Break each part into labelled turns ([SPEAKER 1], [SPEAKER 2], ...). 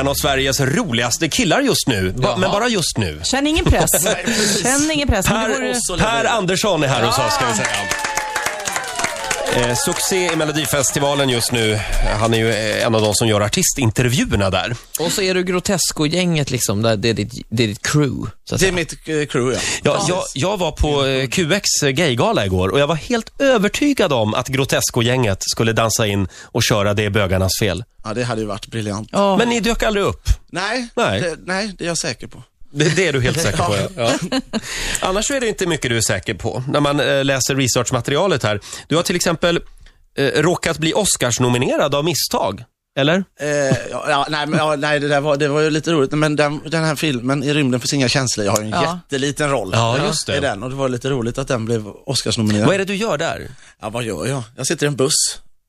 [SPEAKER 1] av Sveriges roligaste killar just nu. Men bara just nu.
[SPEAKER 2] Känn ingen press. Känn ingen press.
[SPEAKER 1] Per Andersson är här hos oss, ska vi säga. Succé i Melodifestivalen just nu. Han är ju en av de som gör artistintervjuerna där.
[SPEAKER 3] Och så är du Grotesco-gänget liksom, där det är ditt crew.
[SPEAKER 4] Det är mitt crew, ja.
[SPEAKER 1] Jag var på QX gaygala igår och jag var helt övertygad om att Grotesco-gänget skulle dansa in och köra Det är bögarnas fel.
[SPEAKER 4] Ja, det hade ju varit briljant.
[SPEAKER 1] Men ni dök aldrig upp?
[SPEAKER 4] Nej, det är jag säker på.
[SPEAKER 1] Det är du helt säker på, ja. Annars så är det inte mycket du är säker på när man läser researchmaterialet här. Du har till exempel råkat bli Oscars-nominerad av misstag, eller?
[SPEAKER 4] Nej, det var ju lite roligt. Men den här filmen, I rymden finns inga känslor, jag har ju en jätteliten roll.
[SPEAKER 1] Ja, just det.
[SPEAKER 4] I den, och det var lite roligt att den blev Oscars-nominerad.
[SPEAKER 1] Vad är det du gör där?
[SPEAKER 4] Ja, vad gör jag? Jag sitter i en buss.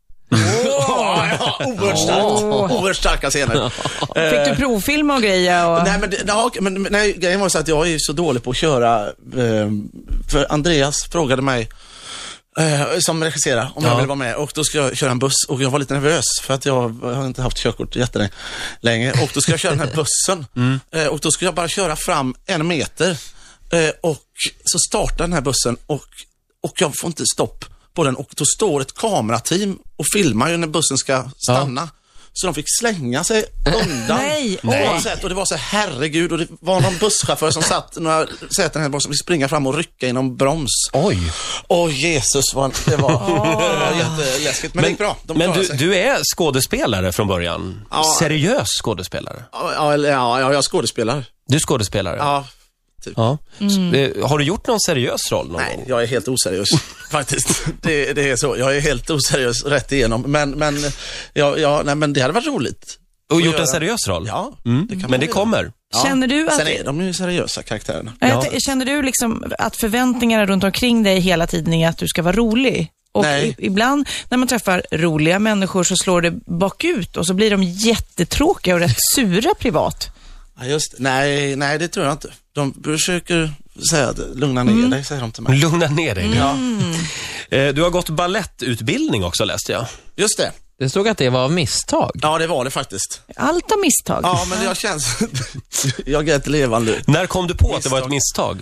[SPEAKER 4] Oerhört starka scener.
[SPEAKER 2] Fick du provfilma och grejer?
[SPEAKER 4] Nej, grejen var så att jag är så dålig på att köra. För Andreas frågade mig som regisserare om jag ville vara med, och då ska jag köra en buss, och jag var lite nervös för att jag har inte haft körkort jättelänge, och då ska jag köra den här bussen och då ska jag bara köra fram 1 meter och så startar den här bussen och jag får inte stopp på den, och då står ett kamerateam och filmar ju när bussen ska stanna. Så de fick slänga sig undan.
[SPEAKER 2] Nej.
[SPEAKER 4] Och det var så herregud, och det var någon busschaufför som satt några säten här bara som fick springa fram och rycka i någon broms.
[SPEAKER 1] Oj.
[SPEAKER 4] Jesus, det var jätteläskigt, men det gick bra.
[SPEAKER 1] Men du är skådespelare från början? Seriös skådespelare?
[SPEAKER 4] Ja, jag skådespelar.
[SPEAKER 1] Du skådespelare?
[SPEAKER 4] Ja. Typ.
[SPEAKER 1] Ja. Har du gjort någon seriös roll någon gång?
[SPEAKER 4] Jag är helt oseriös faktiskt. Det är så. Jag är helt oseriös rätt igenom. Men det hade varit roligt.
[SPEAKER 1] Och gjort en seriös roll?
[SPEAKER 4] Ja.
[SPEAKER 1] Men det kommer.
[SPEAKER 4] Ja.
[SPEAKER 2] Känner du att...
[SPEAKER 4] Sen är de ju seriösa karaktärerna.
[SPEAKER 2] Känner du liksom att förväntningarna runt omkring dig hela tiden är att du ska vara rolig? Och ibland när man träffar roliga människor så slår det bakut och så blir de jättetråkiga och rätt sura privat.
[SPEAKER 4] Ja, just. Nej, det tror jag inte. De försöker säga att lugna ner dig, säger de till mig.
[SPEAKER 1] Lugna ner dig, Du har gått ballettutbildning också, läste jag.
[SPEAKER 4] Just det.
[SPEAKER 3] Det stod att det var av misstag.
[SPEAKER 4] Ja, det var det faktiskt.
[SPEAKER 2] Allt av misstag.
[SPEAKER 4] Ja, men jag känns... jag är ett levande.
[SPEAKER 1] När kom du på att det var ett misstag?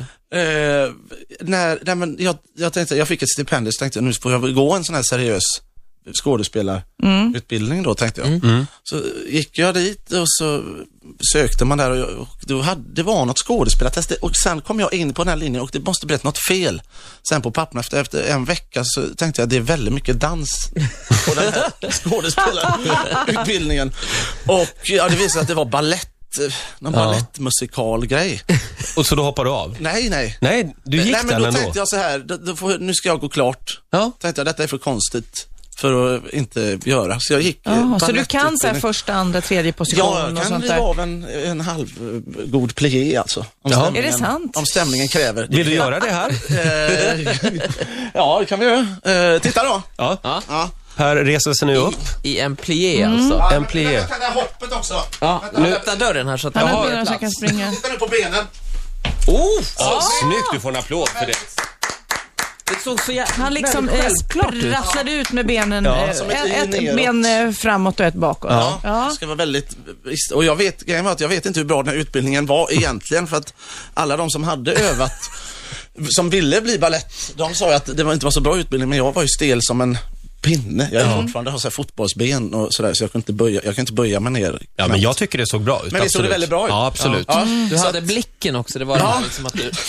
[SPEAKER 4] Jag tänkte, jag fick ett stipendium, så tänkte jag, nu får jag gå en sån här seriös skådespelarutbildning då, tänkte jag. Så gick jag dit och så sökte man där och det var något skådespelartest, och sen kom jag in på den här linjen och det måste bli något fel. Sen på papperna efter en vecka så tänkte jag, det är väldigt mycket dans på den här skådespelarutbildningen. Och det visade att det var balettmusikalgrej.
[SPEAKER 1] Och så då hoppade du av?
[SPEAKER 4] Nej,
[SPEAKER 1] du gick
[SPEAKER 4] men
[SPEAKER 1] den
[SPEAKER 4] då
[SPEAKER 1] ändå.
[SPEAKER 4] tänkte jag så här, nu ska jag gå klart. Tänkte jag, detta är för konstigt för att inte göra. Så jag gick
[SPEAKER 2] så du kan så här första, andra, tredje position och sånt där?
[SPEAKER 4] Ja, jag kan riva av en halvgod plié alltså.
[SPEAKER 2] Är det sant?
[SPEAKER 4] Om stämningen kräver.
[SPEAKER 1] Vill du göra det här?
[SPEAKER 4] Ja, det kan vi göra. Titta då.
[SPEAKER 1] Ja. Här reser sig nu upp.
[SPEAKER 3] I en plié alltså.
[SPEAKER 1] En plié.
[SPEAKER 4] Jag kan det här hoppet också.
[SPEAKER 3] Ja, nu öppnar dörren här så att jag har
[SPEAKER 2] plats. Kan springa.
[SPEAKER 4] Titta nu på benen.
[SPEAKER 1] Snyggt, du får en applåd för det.
[SPEAKER 2] Han liksom sprattlade ut med benen, ett ben framåt och ett bakåt.
[SPEAKER 4] Det ska vara väldigt... Och jag vet inte hur bra den här utbildningen var egentligen, för att alla de som hade övat, som ville bli ballett, de sa att det inte var så bra utbildning, men jag var ju stel som en pinne. Jag är fortfarande har så här fotbollsben och sådär, så jag kan inte böja mig ner.
[SPEAKER 1] Ja, men jag tycker det såg bra ut.
[SPEAKER 4] Men det såg det väldigt bra ut.
[SPEAKER 1] Ja, absolut.
[SPEAKER 4] Ja.
[SPEAKER 3] Du hade blicken också, det var liksom att du...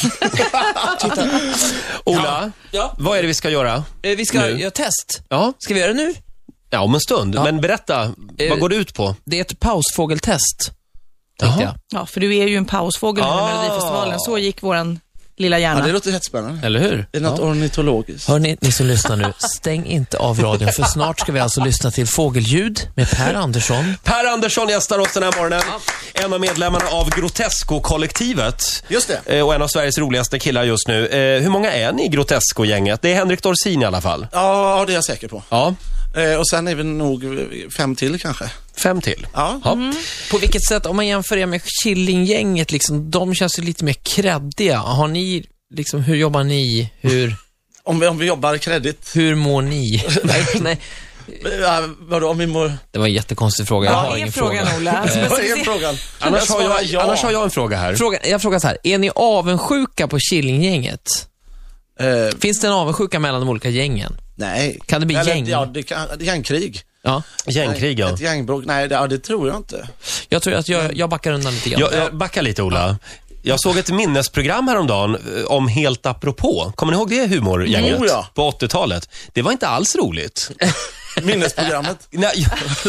[SPEAKER 1] Ola, vad är det vi ska göra?
[SPEAKER 3] Vi ska göra test.
[SPEAKER 1] Ja.
[SPEAKER 3] Ska vi göra det nu?
[SPEAKER 1] Ja, om en stund. Men berätta, vad går det ut på?
[SPEAKER 3] Det är ett pausfågeltest, tänkte jag.
[SPEAKER 2] Ja, för du är ju en pausfågel under Melodifestivalen. Så gick våran lilla hjärna.
[SPEAKER 4] Ja, det låter jättespännande.
[SPEAKER 1] Eller hur?
[SPEAKER 4] Det är något ornitologiskt.
[SPEAKER 3] Hörrni, ni som lyssnar nu, stäng inte av radion, för snart ska vi alltså lyssna till Fågelljud med Per Andersson.
[SPEAKER 1] Per Andersson gästar oss den här morgonen. En av medlemmarna av Grotesco-kollektivet.
[SPEAKER 4] Just det.
[SPEAKER 1] Och en av Sveriges roligaste killar just nu. Hur många är ni i Grotesco-gänget? Det är Henrik Dorsin i alla fall.
[SPEAKER 4] Ja, det är jag säker på.
[SPEAKER 1] Ja.
[SPEAKER 4] Och sen är vi nog 5 till kanske.
[SPEAKER 1] 5 till?
[SPEAKER 4] Ja.
[SPEAKER 3] På vilket sätt, om man jämför er med Killinggänget, liksom, de känns ju lite mer kreddiga. Har ni, liksom, hur jobbar ni? Om
[SPEAKER 4] vi jobbar kreddigt.
[SPEAKER 3] Hur mår ni? Nej.
[SPEAKER 4] Vadå, min mor...
[SPEAKER 3] Det var en jättekonstig fråga. Jag har ingen fråga.
[SPEAKER 2] Ola?
[SPEAKER 4] Vad är frågan?
[SPEAKER 1] Annars har jag en fråga här.
[SPEAKER 3] Jag frågar så här, är ni avundsjuka på Killinggänget? Finns det en avundsjuka mellan de olika gängen?
[SPEAKER 4] Nej.
[SPEAKER 3] Kan det bli gäng?
[SPEAKER 4] Ja, gängkrig.
[SPEAKER 3] Ja.
[SPEAKER 1] Gängkrig, ja.
[SPEAKER 4] Ett gängbråk, nej, det tror jag inte.
[SPEAKER 3] Jag tror att jag backar undan lite grann.
[SPEAKER 1] Jag backar lite, Ola. Jag såg ett minnesprogram häromdagen om Helt apropå. Kommer ni ihåg det humorgänget på 80-talet? Det var inte alls roligt.
[SPEAKER 4] Minnesprogrammet?
[SPEAKER 1] Nej,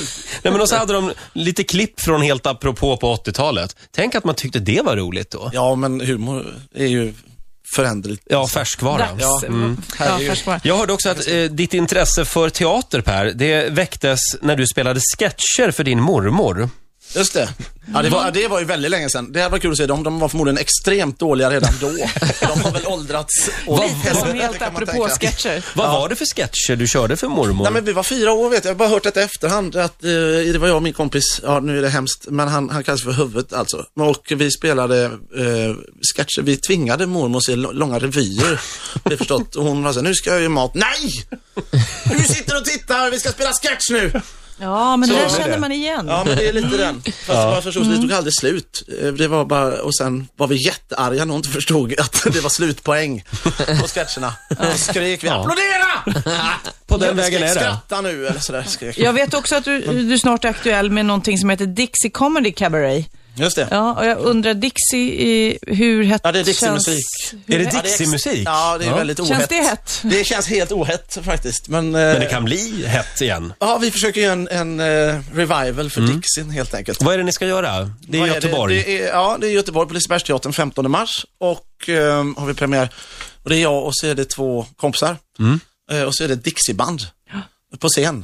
[SPEAKER 1] men så hade de lite klipp från Helt apropå på 80-talet. Tänk att man tyckte det var roligt då.
[SPEAKER 4] Ja, men humor är ju föränderligt.
[SPEAKER 1] Ja, färskvara.
[SPEAKER 2] Färskvara.
[SPEAKER 1] Jag hörde också att ditt intresse för teater, Per, det väcktes när du spelade sketcher för din mormor.
[SPEAKER 4] Just det. Ja, det var ju väldigt länge sedan. Det var kul att se. De var förmodligen extremt dåliga redan då. De har väl åldrats.
[SPEAKER 2] Som helt apropå sketcher.
[SPEAKER 1] Vad var det för sketcher du körde för mormor?
[SPEAKER 4] Nej, men vi var 4 år, vet jag. Jag har bara hört det efterhand att det var jag och min kompis. Ja, nu är det hemskt, men han kallas för huvudet alltså. Och vi spelade sketcher. Vi tvingade mormor att se långa revyer. Det förstått. Och hon var så här, nu ska jag göra mat. Nej! Du sitter och tittar, vi ska spela sketch nu.
[SPEAKER 2] Ja, men det där känner man igen.
[SPEAKER 4] Ja, men det är lite den. Fast det var förstås, det tog aldrig slut. Det var bara, och sen var vi jättearga när hon inte förstod att det var slutpoäng på sketcherna. Och skrek vi, applådera!
[SPEAKER 1] På den vägen är det.
[SPEAKER 4] Skratta nu, eller sådär skrek.
[SPEAKER 2] Jag vet också att du snart är aktuell med någonting som heter Dixie Comedy Cabaret.
[SPEAKER 4] Just det.
[SPEAKER 2] Ja, och jag undrar, Dixie, hur hett
[SPEAKER 4] det är Dixie-musik.
[SPEAKER 1] Är det Dixie-musik?
[SPEAKER 4] Ja, det är väldigt ohett.
[SPEAKER 2] Känns det hett?
[SPEAKER 4] Det känns helt ohett faktiskt. Men
[SPEAKER 1] det kan bli hett igen.
[SPEAKER 4] Ja, vi försöker göra en revival för Dixien helt enkelt.
[SPEAKER 1] Vad är det ni ska göra? Det är Göteborg.
[SPEAKER 4] Det är Göteborg på Lisebergsteatern 15 mars. Och har vi premiär. Och det är jag och så är det 2 kompisar. Och så är det Dixie-band på scen.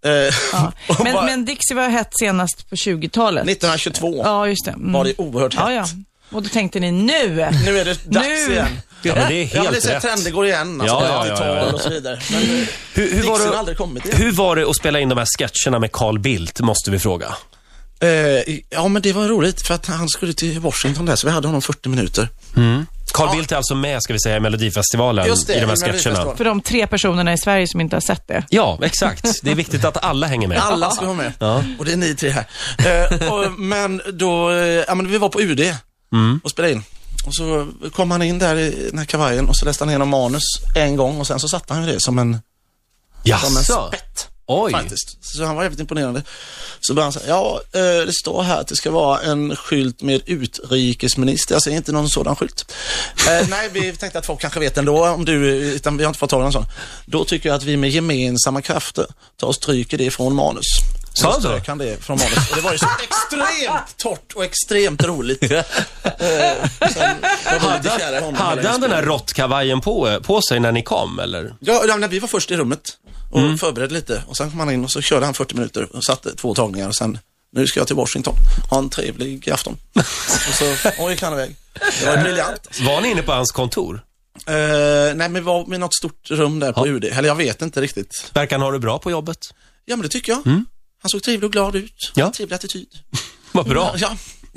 [SPEAKER 2] Ja. Men Dixie var hett senast på 20-talet.
[SPEAKER 4] 1922
[SPEAKER 2] ja, just det.
[SPEAKER 4] var det oerhört hett.
[SPEAKER 2] Ja. Och då tänkte ni, nu
[SPEAKER 4] är det dags igen.
[SPEAKER 1] Ja, men det är helt rätt.
[SPEAKER 4] Ja, trender går igen. Alltså, 80-tal och så vidare. Men
[SPEAKER 1] hur var det,
[SPEAKER 4] aldrig kommit igen.
[SPEAKER 1] Hur var det att spela in de här sketcherna med Carl Bildt, måste vi fråga?
[SPEAKER 4] Ja, men det var roligt för att han skulle till Washington där, så vi hade honom 40 minuter.
[SPEAKER 1] Carl Bildt är alltså med, ska vi säga, i Melodifestivalen i de här sketcherna.
[SPEAKER 2] För de 3 personerna i Sverige som inte har sett det.
[SPEAKER 1] Ja, exakt. Det är viktigt att alla hänger med.
[SPEAKER 4] Alla ska vara med. Ja. Och det är ni 3 här. Men då, vi var på UD och spelade in. Och så kom han in där i den här kavajen och så läste han igenom manus en gång och sen så satte han ju det som en spett.
[SPEAKER 1] Oj.
[SPEAKER 4] Faktiskt. Så han var jävligt imponerande. Så började han säga, det står här att det ska vara en skylt med utrikesminister. Jag ser inte någon sådan skylt. Nej, vi tänkte att folk kanske vet ändå utan vi har inte fått tag i någon sån. Då tycker jag att vi med gemensamma krafter tar och stryker det från manus. Så strök han det från manus. Och det var ju så extremt torrt och extremt roligt.
[SPEAKER 1] Hade han den här råttkavajen på sig när ni kom, eller?
[SPEAKER 4] Ja, vi var först i rummet och förberedde lite. Och sen kom han in och så körde han 40 minuter och satte 2 tagningar. Och sen, nu ska jag till Washington. Ha en trevlig afton. Och så gick han iväg. Det var briljant. Alltså.
[SPEAKER 1] Var ni inne på hans kontor?
[SPEAKER 4] Nej, men vi var med något stort rum där på UD. Eller jag vet inte riktigt.
[SPEAKER 1] Verkar han ha det bra på jobbet?
[SPEAKER 4] Ja, men det tycker jag. Han såg trevlig och glad ut. Ja. Trevlig attityd.
[SPEAKER 1] Vad bra.
[SPEAKER 4] Ja.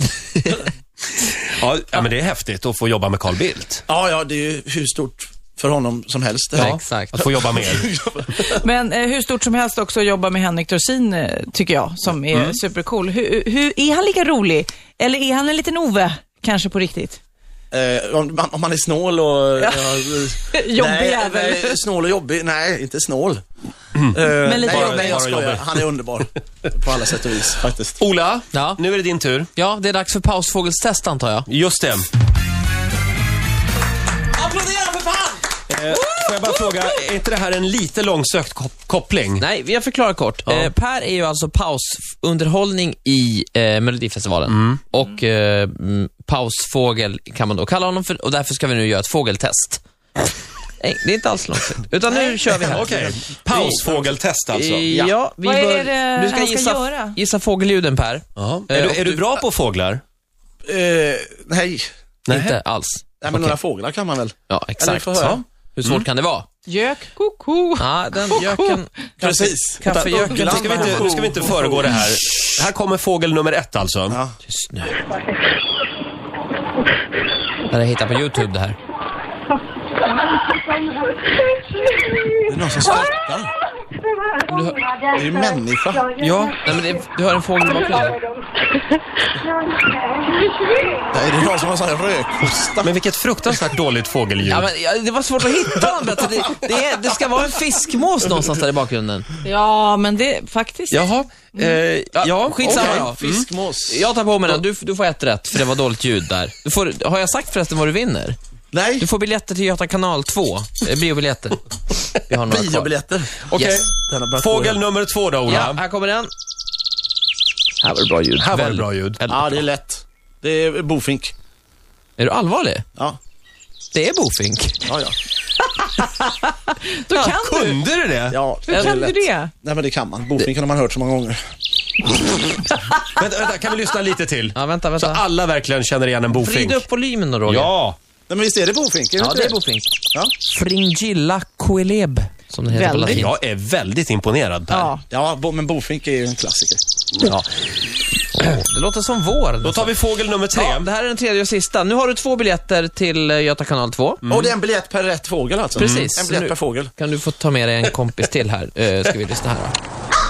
[SPEAKER 1] Ja, men det är häftigt att få jobba med Carl Bildt.
[SPEAKER 4] Ja, det är ju hur stort för honom som helst.
[SPEAKER 1] Ja, exakt. Att få jobba med.
[SPEAKER 2] Men hur stort som helst också att jobba med Henrik Dorsin, tycker jag, som är supercool. Hur är han lika rolig? Eller är han en liten Ove, kanske på riktigt?
[SPEAKER 4] Om man är snål och...
[SPEAKER 2] jobbig jävel.
[SPEAKER 4] Nej, snål och jobbig. Nej, inte snål.
[SPEAKER 2] Men lite
[SPEAKER 4] nej, jag skojar. Han är underbar på alla sätt och vis, faktiskt.
[SPEAKER 1] Ola, nu är det din tur.
[SPEAKER 3] Ja, det är dags för pausfågelstest, antar jag.
[SPEAKER 1] Just det.
[SPEAKER 4] Applådera för fan!
[SPEAKER 1] Får jag bara fråga, är inte det här en lite långsökt koppling?
[SPEAKER 3] Nej, vi har förklarat kort. Ja. Per är ju alltså pausunderhållning i Melodifestivalen. Och pausfågel kan man då kalla honom för, och därför ska vi nu göra ett fågeltest. Nej, det är inte alls långt. Utan nu kör vi här.
[SPEAKER 1] Okej. Pausfågeltest alltså.
[SPEAKER 3] Ja,
[SPEAKER 2] vad är det
[SPEAKER 3] du ska gissa fågelljuden, Per.
[SPEAKER 1] Är du bra på fåglar?
[SPEAKER 4] Nej.
[SPEAKER 3] Inte alls.
[SPEAKER 4] Nej, men några fåglar kan man väl?
[SPEAKER 3] Ja, exakt. Hur svårt kan det vara?
[SPEAKER 2] Gök, koko.
[SPEAKER 3] Ja, den göken.
[SPEAKER 4] Precis.
[SPEAKER 3] Kaffejöken.
[SPEAKER 1] Nu ska vi inte föregå det här. Här kommer fågel nummer 1 alltså.
[SPEAKER 4] Ja.
[SPEAKER 3] Tyst nu. Det här hittar på YouTube det här.
[SPEAKER 4] Det är någon som skrattar. Det är ju människa.
[SPEAKER 3] Ja, nej, men du har en fågel i bakgrunden.
[SPEAKER 4] Nej, det är någon som har sån här rökhosta.
[SPEAKER 1] Men vilket fruktansvärt dåligt fågelljud.
[SPEAKER 3] Ja, men det var svårt att hitta den bättre. Det ska vara en fiskmås någonstans där i bakgrunden.
[SPEAKER 2] Ja, men det faktiskt...
[SPEAKER 1] Jaha, ja,
[SPEAKER 3] skitsamma
[SPEAKER 1] okej.
[SPEAKER 3] då.
[SPEAKER 4] Fiskmås.
[SPEAKER 3] Jag tar på mig den. Du får ett rätt, för det var dåligt ljud där. Har jag sagt förresten vad du vinner?
[SPEAKER 4] Nej.
[SPEAKER 3] Du får biljetter till Göta kanal 2. Biobiljetter. Vi har några kvar.
[SPEAKER 4] Biobiljetter.
[SPEAKER 1] Okej,
[SPEAKER 3] Yes.
[SPEAKER 1] fågel nummer 2 då, Ola.
[SPEAKER 3] Ja, här kommer den. Här var det bra ljud.
[SPEAKER 1] Här var det bra ljud.
[SPEAKER 4] Ja, det är lätt. Det är bofink.
[SPEAKER 3] Är du allvarlig?
[SPEAKER 4] Ja.
[SPEAKER 3] Det är bofink.
[SPEAKER 4] Ja.
[SPEAKER 2] Då kan du.
[SPEAKER 1] Kunde du det?
[SPEAKER 4] Ja,
[SPEAKER 2] Hur kan du det?
[SPEAKER 4] Nej, men det kan man. Bofink har man hört så många gånger.
[SPEAKER 1] Vänta, kan vi lyssna lite till?
[SPEAKER 3] Ja, vänta.
[SPEAKER 1] Så alla verkligen känner igen en bofink.
[SPEAKER 3] Vrid upp volymen då, Roger.
[SPEAKER 1] Ja.
[SPEAKER 4] Nej, men visst är det bofink?
[SPEAKER 3] Ja, det är bofink.
[SPEAKER 4] Ja.
[SPEAKER 3] Fringilla coeleb, som det heter på latin.
[SPEAKER 1] Jag är väldigt imponerad, Per.
[SPEAKER 2] Ja.
[SPEAKER 4] Ja, men bofink är ju en klassiker.
[SPEAKER 1] Ja.
[SPEAKER 3] Det låter som vår.
[SPEAKER 1] Då tar vi fågel nummer 3.
[SPEAKER 3] Ja, det här är den tredje och sista. Nu har du 2 biljetter till Göta kanal 2.
[SPEAKER 4] Och det är en biljett per rätt fågel alltså?
[SPEAKER 3] Precis.
[SPEAKER 4] En biljett
[SPEAKER 3] Nu
[SPEAKER 4] per fågel.
[SPEAKER 3] kan du få ta med dig en kompis till här. Ska vi lyssna här då?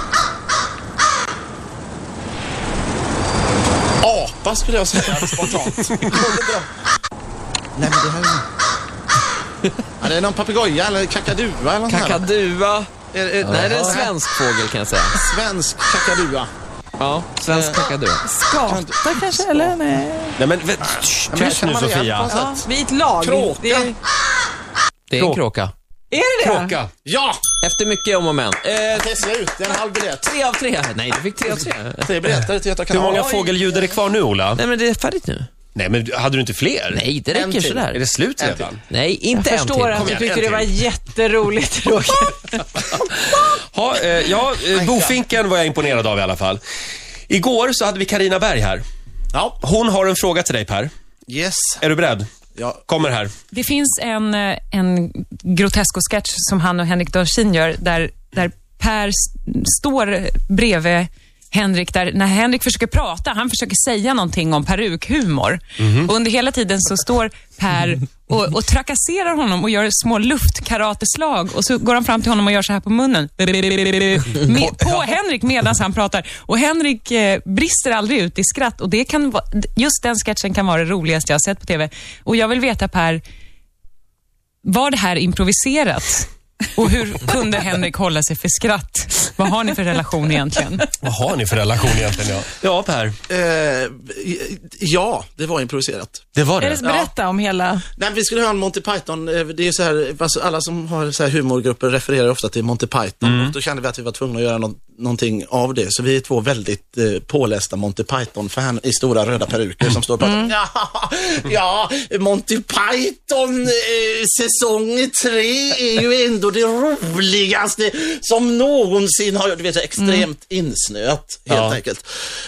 [SPEAKER 4] Apa skulle jag säga spontant. Nej, men det här är... Ja, det är någon papegoja eller kakadua eller något här.
[SPEAKER 3] Kakadua. Nej, det är en svensk fågel kan jag säga.
[SPEAKER 4] Svensk kakadua.
[SPEAKER 3] Ja, svensk kakadua.
[SPEAKER 2] Skata kanske, eller? Nej.
[SPEAKER 1] Nej, men tyst nu, Sofia.
[SPEAKER 2] Ja, vi är ett lag.
[SPEAKER 4] Kråka.
[SPEAKER 3] Det är en kråka.
[SPEAKER 2] Är det det?
[SPEAKER 1] Kråka.
[SPEAKER 4] Ja!
[SPEAKER 3] Efter mycket om och men.
[SPEAKER 4] Det är slut. Det är en halv biljett.
[SPEAKER 3] 3 av 3. Nej, du fick 3 av 3.
[SPEAKER 4] 3 biljetter till Göta
[SPEAKER 1] Hur
[SPEAKER 4] kanal.
[SPEAKER 1] många fågelljud är det kvar nu, Ola?
[SPEAKER 3] Nej, men det är färdigt nu.
[SPEAKER 1] Nej, men hade du inte fler?
[SPEAKER 3] Nej, det
[SPEAKER 4] En
[SPEAKER 3] räcker
[SPEAKER 4] till.
[SPEAKER 3] sådär.
[SPEAKER 1] Är det slut redan?
[SPEAKER 3] Nej, inte
[SPEAKER 2] Jag
[SPEAKER 3] en till.
[SPEAKER 2] förstår att
[SPEAKER 1] Kom
[SPEAKER 2] du
[SPEAKER 1] igen,
[SPEAKER 2] tyckte
[SPEAKER 1] en
[SPEAKER 2] det var
[SPEAKER 1] till.
[SPEAKER 2] jätteroligt, Roger.
[SPEAKER 1] Bofinken var jag imponerad av i alla fall. Igår så hade vi Carina Berg här.
[SPEAKER 4] Ja.
[SPEAKER 1] Hon har en fråga till dig, Per.
[SPEAKER 4] Yes.
[SPEAKER 1] Är du beredd?
[SPEAKER 4] Ja.
[SPEAKER 1] Kommer här.
[SPEAKER 5] Det finns en Grotesco-sketch som han och Henrik Dorsin gör där Per står bredvid Henrik, där när Henrik försöker prata, han försöker säga någonting om perukhumor. Och under hela tiden så står Per och trakasserar honom och gör små luftkarateslag, och så går han fram till honom och gör så här på munnen. På Henrik medan han pratar. Och Henrik brister aldrig ut i skratt, och det kan vara, just den sketchen kan vara det roligaste jag har sett på TV. Och jag vill veta, Per, var det här improviserat? Och hur kunde Henrik hålla sig för skratt? Vad har ni för relation egentligen?
[SPEAKER 1] Vad har ni för relation egentligen? Ja, Per.
[SPEAKER 4] Ja, det var improviserat.
[SPEAKER 1] Det var det.
[SPEAKER 2] Är det berätta om hela...
[SPEAKER 4] Nej, vi skulle ha en Monty Python. Det är så här, alltså, alla som har så här humorgrupper refererar ofta till Monty Python. Och då kände vi att vi var tvungna att göra någonting av det. Så vi är 2 väldigt pålästa Monty Python-fan i stora röda peruker som står och pratar. Ja, Monty Python säsong 3 är ju ändå det roligaste som någonsin har, du vet, så extremt insnöat helt enkelt.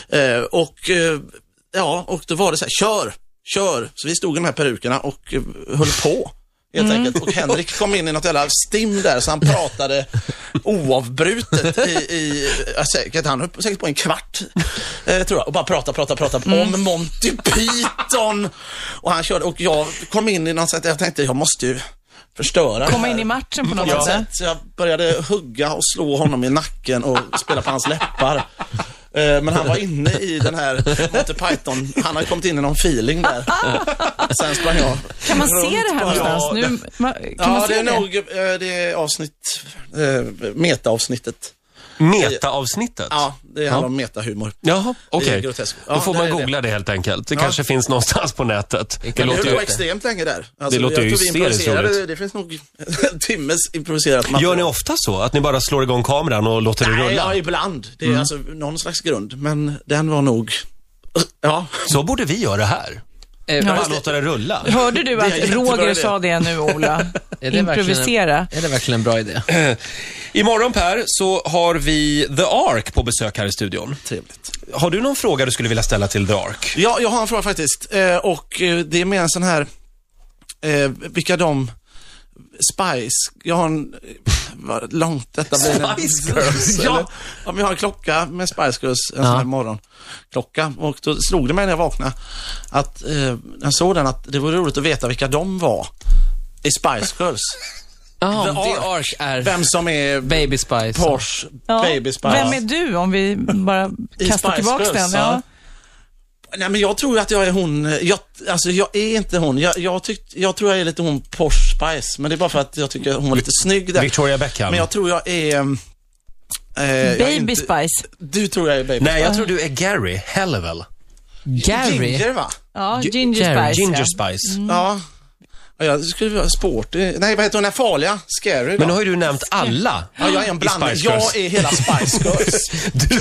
[SPEAKER 4] Och då var det så här, kör. Så vi stod i de här perukerna och höll på helt enkelt. Och Henrik kom in i något jävla stim där, så han pratade oavbrutet han höll säkert på en kvart, tror jag, och bara prata om Monty Python. Och han körde, och jag kom in i något sätt, jag tänkte jag måste ju förstöra.
[SPEAKER 2] Komma in i matchen på något sätt.
[SPEAKER 4] Så jag började hugga och slå honom i nacken och spela på hans läppar. Men han var inne i den här Monty Python. Han har kommit in i någon feeling där. Sen sprang jag.
[SPEAKER 2] Kan man se det här någonstans? Nu, kan man se
[SPEAKER 4] det är nog det är avsnitt, meta-avsnittet.
[SPEAKER 1] Meta-avsnittet?
[SPEAKER 4] Ja, det handlar om metahumor.
[SPEAKER 1] Jaha, okej.
[SPEAKER 4] Grotesk.
[SPEAKER 1] Då får man
[SPEAKER 4] det
[SPEAKER 1] googla det helt enkelt. Det kanske finns någonstans på nätet.
[SPEAKER 4] Det låter ju extremt länge där. Alltså,
[SPEAKER 1] det låter ju hysteriskt roligt.
[SPEAKER 4] Det finns nog en timmes improviserat material.
[SPEAKER 1] Gör ni ofta så? Att ni bara slår igång kameran och låter det rulla?
[SPEAKER 4] Ja, ibland. Det är alltså någon slags grund. Men den var nog... Ja.
[SPEAKER 1] Så borde vi göra här. Bara låta det rulla.
[SPEAKER 2] Hörde du att Roger sa det nu, Ola? Improvisera.
[SPEAKER 3] Är det verkligen en bra idé?
[SPEAKER 1] Imorgon, Per, så har vi The Ark på besök här i studion.
[SPEAKER 4] Trevligt.
[SPEAKER 1] Har du någon fråga du skulle vilja ställa till The Ark?
[SPEAKER 4] Ja, jag har en fråga faktiskt. Och det är mer en sån här... vilka de... Spice. Jag har en... Vad långt detta blir.
[SPEAKER 1] Spice Girls?
[SPEAKER 4] Ja, vi har en klocka med Spice Girls, en sån här morgonklocka. Och då slog det mig när jag vaknade att jag såg den, att det vore roligt att veta vilka de var i Spice Girls.
[SPEAKER 3] Jaha,
[SPEAKER 4] The
[SPEAKER 3] The
[SPEAKER 4] Ark.
[SPEAKER 3] Ark är
[SPEAKER 4] Vem som är
[SPEAKER 3] Baby Spice.
[SPEAKER 4] Porsche, Baby Spice.
[SPEAKER 2] Vem är du om vi bara kastar
[SPEAKER 4] Spice
[SPEAKER 2] tillbaka
[SPEAKER 4] Girls,
[SPEAKER 2] den?
[SPEAKER 4] ja. Nej, men jag tror att jag är hon. Jag är inte hon. Jag tror jag är lite hon Porsche Spice. Men det är bara för att jag tycker hon var lite snygg där.
[SPEAKER 1] Victoria Beckham.
[SPEAKER 4] Men jag tror jag är...
[SPEAKER 2] Baby Spice.
[SPEAKER 4] Du tror jag är Baby
[SPEAKER 1] Nej,
[SPEAKER 4] Spice.
[SPEAKER 1] jag tror du är Gary Hellewell.
[SPEAKER 3] Gary?
[SPEAKER 4] Ginger, va?
[SPEAKER 2] Ja, Ginger Spice.
[SPEAKER 1] Ginger
[SPEAKER 2] ja.
[SPEAKER 1] Spice.
[SPEAKER 4] Ja. Ja, jag skulle vara sport. Nej, vad heter hon? Den farliga? Scary,
[SPEAKER 1] Men
[SPEAKER 4] va?
[SPEAKER 1] nu har ju du nämnt alla.
[SPEAKER 4] Ja, jag är en blandning.
[SPEAKER 1] Spice Girls.
[SPEAKER 4] Jag är hela Spice Girls.
[SPEAKER 1] Du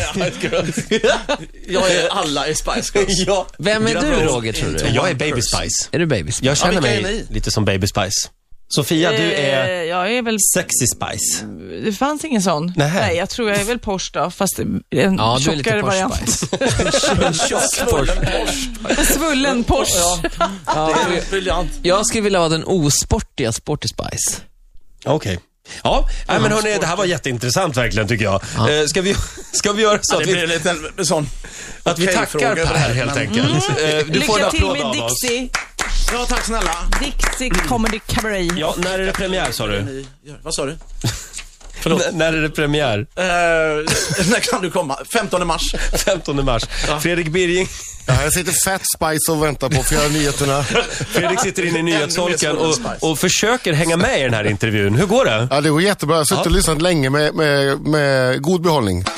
[SPEAKER 4] Jag är alla i Spice Girls.
[SPEAKER 1] ja.
[SPEAKER 3] Vem är du, Roger, tror du?
[SPEAKER 1] Jag är Baby Spice.
[SPEAKER 3] Är du Baby Spice?
[SPEAKER 1] Jag känner
[SPEAKER 4] vilka är
[SPEAKER 1] mig
[SPEAKER 4] ni?
[SPEAKER 1] lite som Baby Spice. Sofia, du är
[SPEAKER 2] Jag är väl...
[SPEAKER 1] Sexy Spice.
[SPEAKER 2] Det fanns ingen sån.
[SPEAKER 1] Nähä.
[SPEAKER 2] Nej, jag tror jag är väl Porsche då, fast en
[SPEAKER 3] Ja, du är lite
[SPEAKER 2] tjockare
[SPEAKER 3] Porsche
[SPEAKER 2] variant.
[SPEAKER 3] Spice.
[SPEAKER 2] Svullen Porsche.
[SPEAKER 3] Ja,
[SPEAKER 4] Det är briljant.
[SPEAKER 3] jag skulle vilja vara den osportiga Sporty Spice.
[SPEAKER 1] Okej. Ja, nej, men hörni, det här var jätteintressant verkligen tycker jag. Ska vi göra så
[SPEAKER 4] Ja,
[SPEAKER 1] att
[SPEAKER 4] det
[SPEAKER 1] vi,
[SPEAKER 4] blir lite en sån...
[SPEAKER 1] att vi tackar Per helt enkelt? Du får en
[SPEAKER 2] Lycka till
[SPEAKER 1] applåd
[SPEAKER 2] med
[SPEAKER 1] av oss.
[SPEAKER 2] Dixie.
[SPEAKER 4] Ja, tack snälla.
[SPEAKER 2] Dixie Comedy Cabaret.
[SPEAKER 1] Ja, när är det premiär sa du?
[SPEAKER 4] Vad sa du?
[SPEAKER 1] När är det premiär?
[SPEAKER 4] När kan du komma? 15 mars.
[SPEAKER 1] 15 mars. Fredrik Birging.
[SPEAKER 6] Ja, här sitter Fat Spice och väntar på att få göra nyheterna.
[SPEAKER 1] Fredrik sitter inne i nyhetsholken och försöker hänga med i den här intervjun. Hur går det?
[SPEAKER 6] Ja, det går jättebra. Jag har suttit och lyssnat länge med god behållning.